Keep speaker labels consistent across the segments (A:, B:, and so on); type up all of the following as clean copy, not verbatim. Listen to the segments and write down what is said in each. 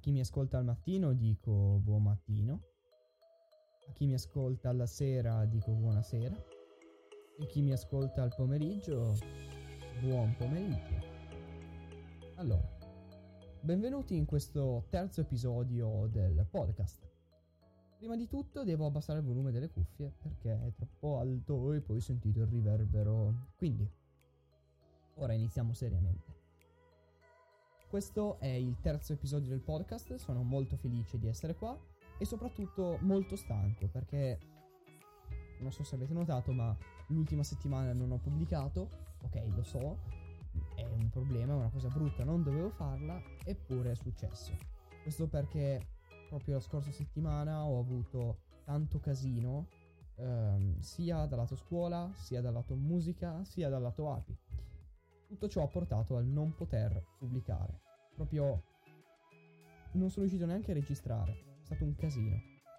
A: chi mi ascolta al mattino dico buon mattino, a chi mi ascolta alla sera dico buonasera e chi mi ascolta al pomeriggio buon pomeriggio. Allora, benvenuti in questo terzo episodio del podcast. Prima di tutto devo abbassare il volume delle cuffie perché è troppo alto e poi sentite il riverbero. Quindi, ora iniziamo seriamente. Questo è il terzo episodio del podcast, sono molto felice di essere qua e soprattutto molto stanco perché, non so se avete notato, ma l'ultima settimana non ho pubblicato. Ok, lo so, è un problema, è una cosa brutta, non dovevo farla, eppure è successo. Questo perché proprio la scorsa settimana ho avuto tanto casino, sia dal lato scuola, sia dal lato musica, sia dal lato api. Tutto ciò ha portato al non poter pubblicare. Proprio non sono riuscito neanche a registrare. È stato un casino.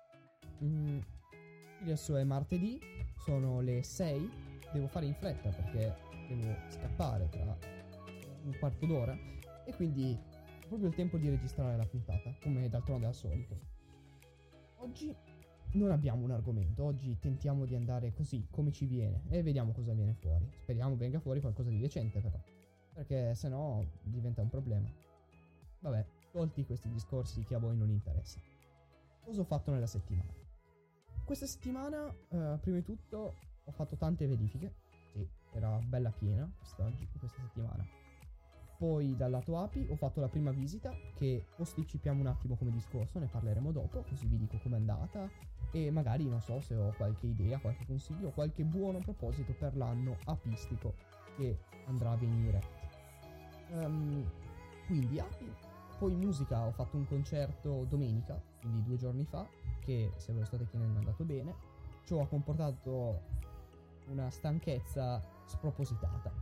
A: Adesso è martedì, sono le 6. Devo fare in fretta perché devo scappare tra un quarto d'ora. E quindi ho proprio il tempo di registrare la puntata, come d'altronde al solito. Oggi non abbiamo un argomento. Oggi tentiamo di andare così, come ci viene, e vediamo cosa viene fuori. Speriamo venga fuori qualcosa di decente, però, perché sennò diventa un problema. Vabbè, tolti questi discorsi che a voi non interessa. Cosa ho fatto nella settimana? Questa settimana, prima di tutto, ho fatto tante verifiche. Sì, era bella piena questa settimana. Poi dal lato api ho fatto la prima visita, che posticipiamo un attimo come discorso, ne parleremo dopo, così vi dico com'è andata e magari non so se ho qualche idea, qualche consiglio, qualche buono proposito per l'anno apistico che andrà a venire. Quindi api. Poi musica, ho fatto un concerto domenica, quindi 2 giorni fa, che se ve lo state chiedendo è andato bene. Ciò ha comportato una stanchezza spropositata.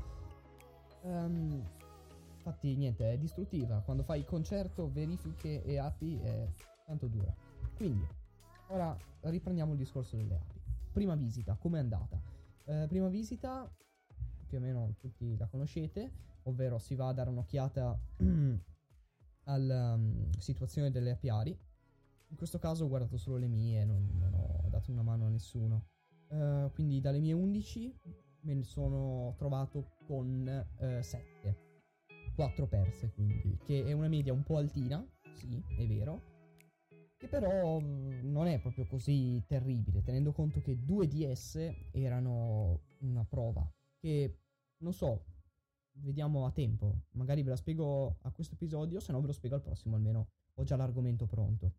A: Infatti niente, è distruttiva. Quando fai concerto, verifiche e api è tanto dura. Quindi, ora riprendiamo il discorso delle api. Prima visita, com'è andata? Prima visita, più o meno tutti la conoscete, ovvero si va a dare un'occhiata alla situazione delle apiari. In questo caso ho guardato solo le mie, non ho dato una mano a nessuno. Quindi dalle mie 11 me ne sono trovato con 7. 4 perse, quindi, che è una media un po' altina, sì, è vero, che però non è proprio così terribile, tenendo conto che 2 di esse erano una prova, che, non so, vediamo a tempo, magari ve la spiego a questo episodio, se no ve lo spiego al prossimo, almeno ho già l'argomento pronto.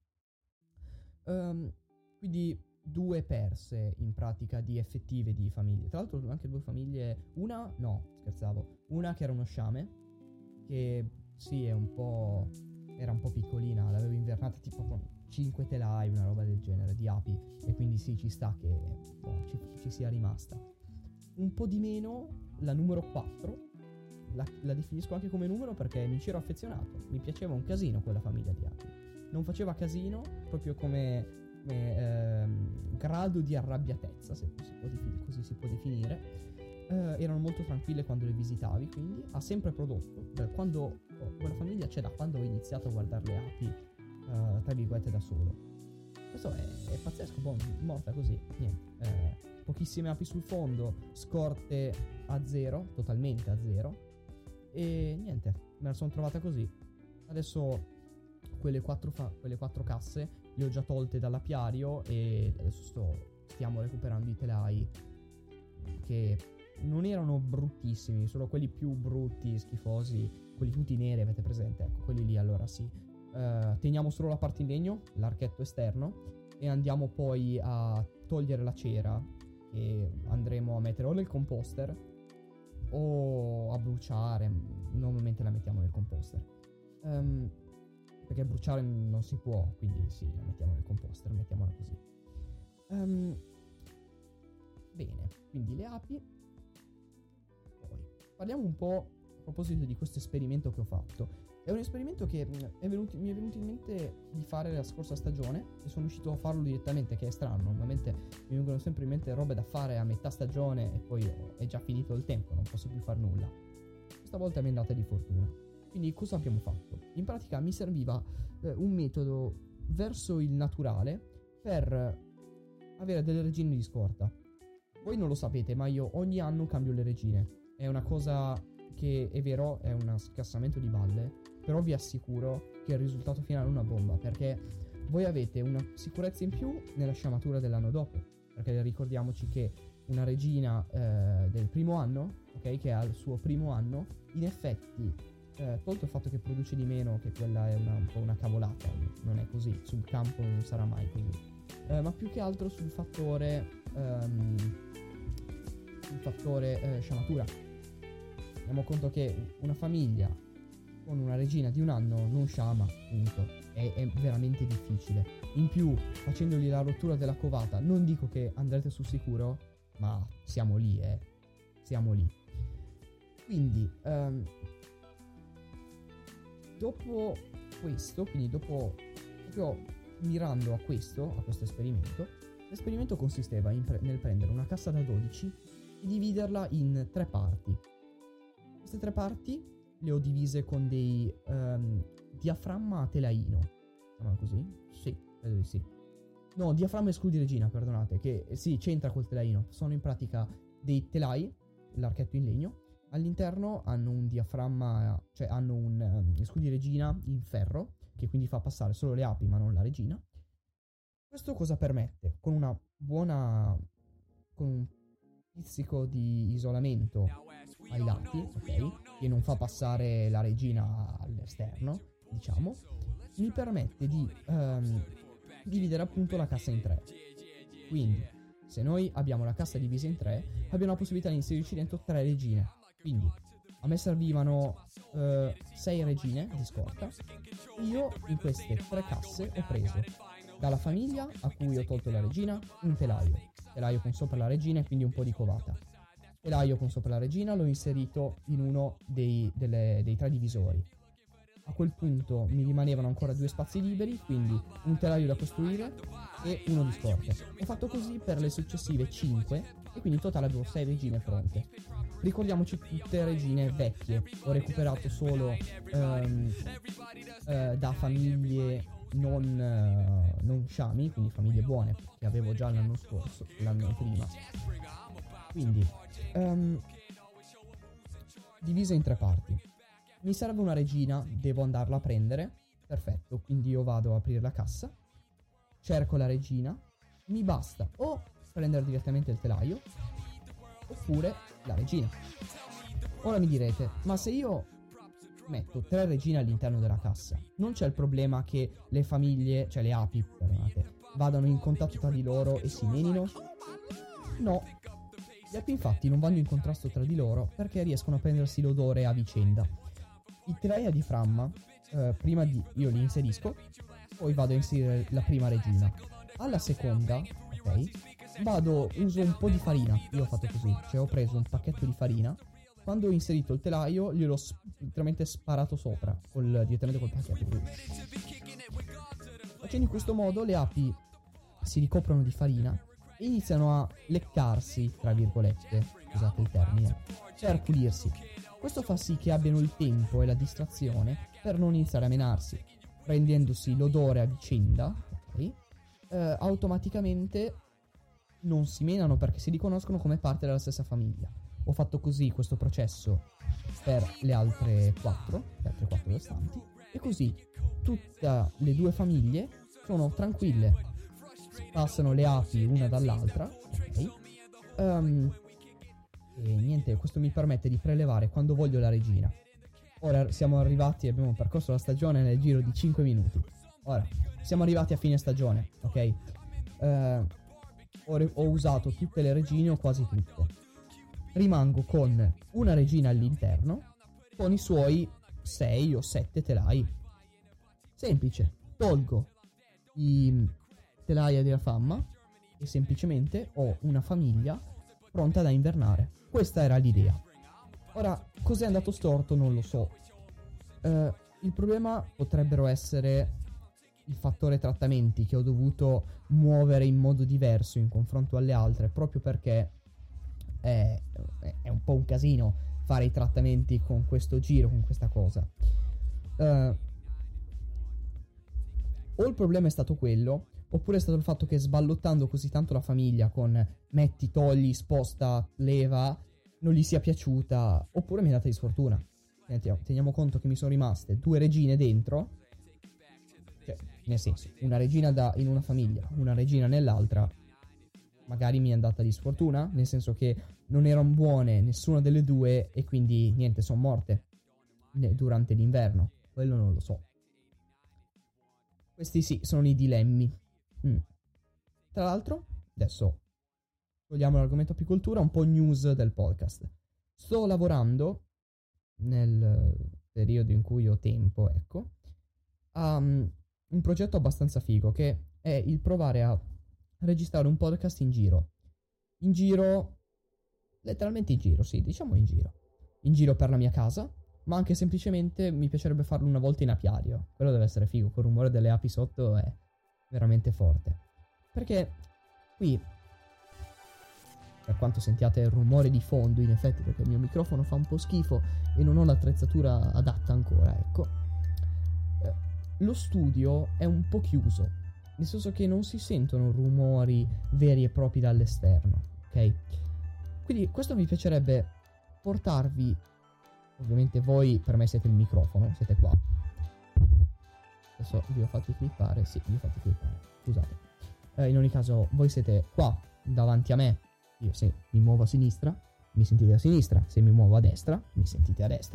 A: Quindi 2 perse in pratica di effettive di famiglie, tra l'altro anche 2 famiglie, una che era uno sciame, che sì, era un po' piccolina, l'avevo invernata tipo con 5 telai, una roba del genere, di api, e quindi sì, ci sta che ci sia rimasta. Un po' di meno la numero 4, la definisco anche come numero perché mi c'ero affezionato, mi piaceva un casino quella famiglia di api, non faceva casino, proprio come grado di arrabbiatezza, se così si può definire. Erano molto tranquille quando le visitavi, quindi ha sempre prodotto. Quando quella famiglia c'è da quando ho iniziato a guardare le api, tra virgolette, da solo. Questo è pazzesco, morta così, niente. Pochissime api sul fondo, scorte a zero, totalmente a zero, e niente, me la sono trovata così. Adesso quelle 4 casse le ho già tolte dall'apiario e adesso stiamo recuperando i telai, che non erano bruttissimi, solo quelli più brutti, schifosi, quelli tutti neri, avete presente? Ecco, quelli lì allora sì. Teniamo solo la parte in legno, l'archetto esterno, e andiamo poi a togliere la cera che andremo a mettere o nel composter o a bruciare. Normalmente la mettiamo nel composter, perché bruciare non si può, quindi sì, la mettiamo nel composter, mettiamola così. Bene, quindi le api. Poi parliamo un po' a proposito di questo esperimento che ho fatto. È un esperimento che mi è venuto in mente di fare la scorsa stagione e sono riuscito a farlo direttamente, che è strano. Normalmente mi vengono sempre in mente robe da fare a metà stagione e poi è già finito il tempo, non posso più far nulla. Questa volta mi è andata di fortuna. Quindi cosa abbiamo fatto? In pratica mi serviva un metodo verso il naturale per avere delle regine di scorta. Voi non lo sapete, ma io ogni anno cambio le regine. È una cosa che è vero, è un scassamento di balle, però vi assicuro che il risultato finale è una bomba, perché voi avete una sicurezza in più nella sciamatura dell'anno dopo, perché ricordiamoci che una regina del primo anno, ok, che ha il suo primo anno, in effetti, tolto il fatto che produce di meno, che quella è un po' una cavolata, non è così, sul campo non sarà mai così, ma più che altro sul fattore sciamatura. Teniamo conto che una famiglia con una regina di un anno non sciama, punto. È veramente difficile. In più, facendogli la rottura della covata, non dico che andrete sul sicuro, ma siamo lì, siamo lì. Quindi, dopo questo, quindi dopo proprio mirando a questo esperimento, l'esperimento consisteva nel prendere una cassa da 12 e dividerla in 3 parti. Queste 3 parti le ho divise con dei diaframma a telaino. Chiamano così? Sì, credo di sì. No, diaframma e scudi regina, perdonate, che sì, c'entra col telaino. Sono in pratica dei telai, l'archetto in legno. All'interno hanno un diaframma, cioè hanno un scudi regina in ferro, che quindi fa passare solo le api ma non la regina. Questo cosa permette? Con una buona, con un pizzico di isolamento ai lati, ok, che non fa passare la regina all'esterno, diciamo, mi permette di dividere appunto la cassa in 3. Quindi, se noi abbiamo la cassa divisa in 3, abbiamo la possibilità di inserirci dentro 3 regine. Quindi, a me servivano 6 regine di scorta. Io in queste 3 casse ho preso dalla famiglia a cui ho tolto la regina un telaio con sopra la regina e quindi un po' di covata. Telaio con sopra la regina l'ho inserito in uno dei 3 divisori. A quel punto mi rimanevano ancora 2 spazi liberi, quindi un telaio da costruire e uno di scorte. Ho fatto così per le successive 5 e quindi in totale avevo 6 regine pronte. Ricordiamoci tutte regine vecchie. Ho recuperato solo da famiglie non sciami, quindi famiglie buone, che avevo già l'anno scorso, l'anno prima. Quindi diviso in 3 parti. Mi serve una regina, devo andarla a prendere. Perfetto, quindi io vado a aprire la cassa, cerco la regina, mi basta o prendere direttamente il telaio oppure la regina. Ora mi direte, ma se io metto 3 regine all'interno della cassa, non c'è il problema che le famiglie, cioè le api, perdonate, vadano in contatto tra di loro e si menino? No. Gli api infatti non vanno in contrasto tra di loro perché riescono a prendersi l'odore a vicenda. I telai a diaframma, io li inserisco, poi vado a inserire la prima regina. Alla seconda, ok, uso un po' di farina. Io ho fatto così, cioè ho preso un pacchetto di farina. Quando ho inserito il telaio, gliel'ho literalmente sparato sopra, direttamente col pacchetto. Facendo in questo modo, le api si ricoprono di farina e iniziano a leccarsi, tra virgolette, scusate il termine, per pulirsi. Questo fa sì che abbiano il tempo e la distrazione per non iniziare a menarsi. Prendendosi l'odore a vicenda, ok, automaticamente non si menano perché si riconoscono come parte della stessa famiglia. Ho fatto così questo processo per le altre 4 restanti, e così tutte le 2 famiglie sono tranquille, passano le api una dall'altra, ok, e niente, questo mi permette di prelevare quando voglio la regina. Ora siamo arrivati, abbiamo percorso la stagione nel giro di 5 minuti. Ora, siamo arrivati a fine stagione, ok? Ho usato tutte le regine o quasi tutte. Rimango con una regina all'interno, con i suoi 6 o 7 telai. Semplice, tolgo i telai a diaframma e semplicemente ho una famiglia pronta da invernare. Questa era l'idea. Ora, cos'è andato storto non lo so. Il problema potrebbero essere il fattore trattamenti, che ho dovuto muovere in modo diverso in confronto alle altre, proprio perché è un po' un casino fare i trattamenti con questo giro, con questa cosa. o il problema è stato quello, oppure è stato il fatto che sballottando così tanto la famiglia con metti, togli, sposta, leva, non gli sia piaciuta, oppure mi è data di sfortuna. Teniamo conto che mi sono rimaste 2 regine dentro, cioè, nel senso, una regina in una famiglia, una regina nell'altra, magari mi è andata di sfortuna, nel senso che non erano buone nessuna delle due e quindi niente, sono morte durante l'inverno. Quello non lo so. Questi sì, sono i dilemmi. Tra l'altro, adesso togliamo l'argomento apicoltura, un po' news del podcast. Sto lavorando nel periodo in cui ho tempo, ecco, a un progetto abbastanza figo che è il provare a registrare un podcast in giro. In giro, letteralmente in giro, sì, diciamo in giro. In giro per la mia casa, ma anche semplicemente mi piacerebbe farlo una volta in apiario. Quello deve essere figo, col rumore delle api sotto è veramente forte. Perché qui, per quanto sentiate il rumore di fondo, in effetti, perché il mio microfono fa un po' schifo e non ho l'attrezzatura adatta ancora, ecco, lo studio è un po' chiuso, nel senso che non si sentono rumori veri e propri dall'esterno, ok? Quindi questo mi piacerebbe portarvi, ovviamente voi per me siete il microfono, siete qua. Adesso vi ho fatto clippare, sì, vi ho fatto clippare, scusate. In ogni caso, voi siete qua, davanti a me. Io se mi muovo a sinistra, mi sentite a sinistra. Se mi muovo a destra, mi sentite a destra.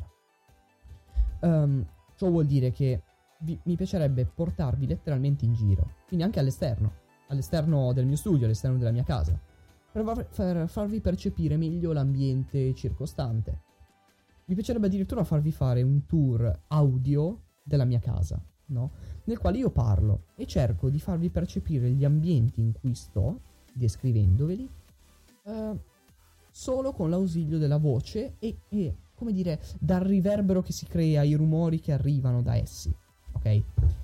A: Ciò vuol dire che mi piacerebbe portarvi letteralmente in giro. Quindi anche all'esterno. All'esterno del mio studio, all'esterno della mia casa. Per farvi percepire meglio l'ambiente circostante. Mi piacerebbe addirittura farvi fare un tour audio della mia casa, no? Nel quale io parlo e cerco di farvi percepire gli ambienti in cui sto, descrivendoveli, solo con l'ausilio della voce e, come dire, dal riverbero che si crea, i rumori che arrivano da essi, ok?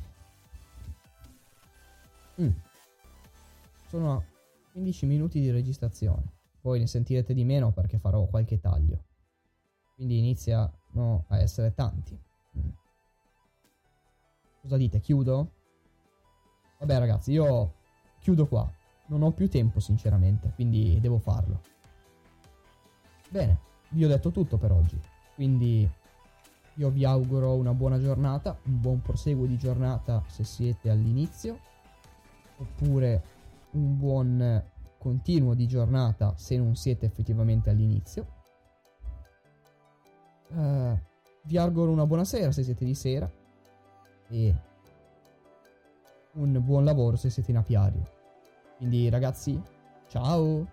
A: Sono a 15 minuti di registrazione, poi ne sentirete di meno perché farò qualche taglio, quindi iniziano a essere tanti. Cosa dite? Chiudo? Vabbè ragazzi, io chiudo qua. Non ho più tempo sinceramente, quindi devo farlo. Bene, vi ho detto tutto per oggi. Quindi io vi auguro una buona giornata, un buon proseguo di giornata se siete all'inizio, oppure un buon continuo di giornata se non siete effettivamente all'inizio. Vi auguro una buona sera se siete di sera e un buon lavoro se siete in apiario. Quindi ragazzi, ciao!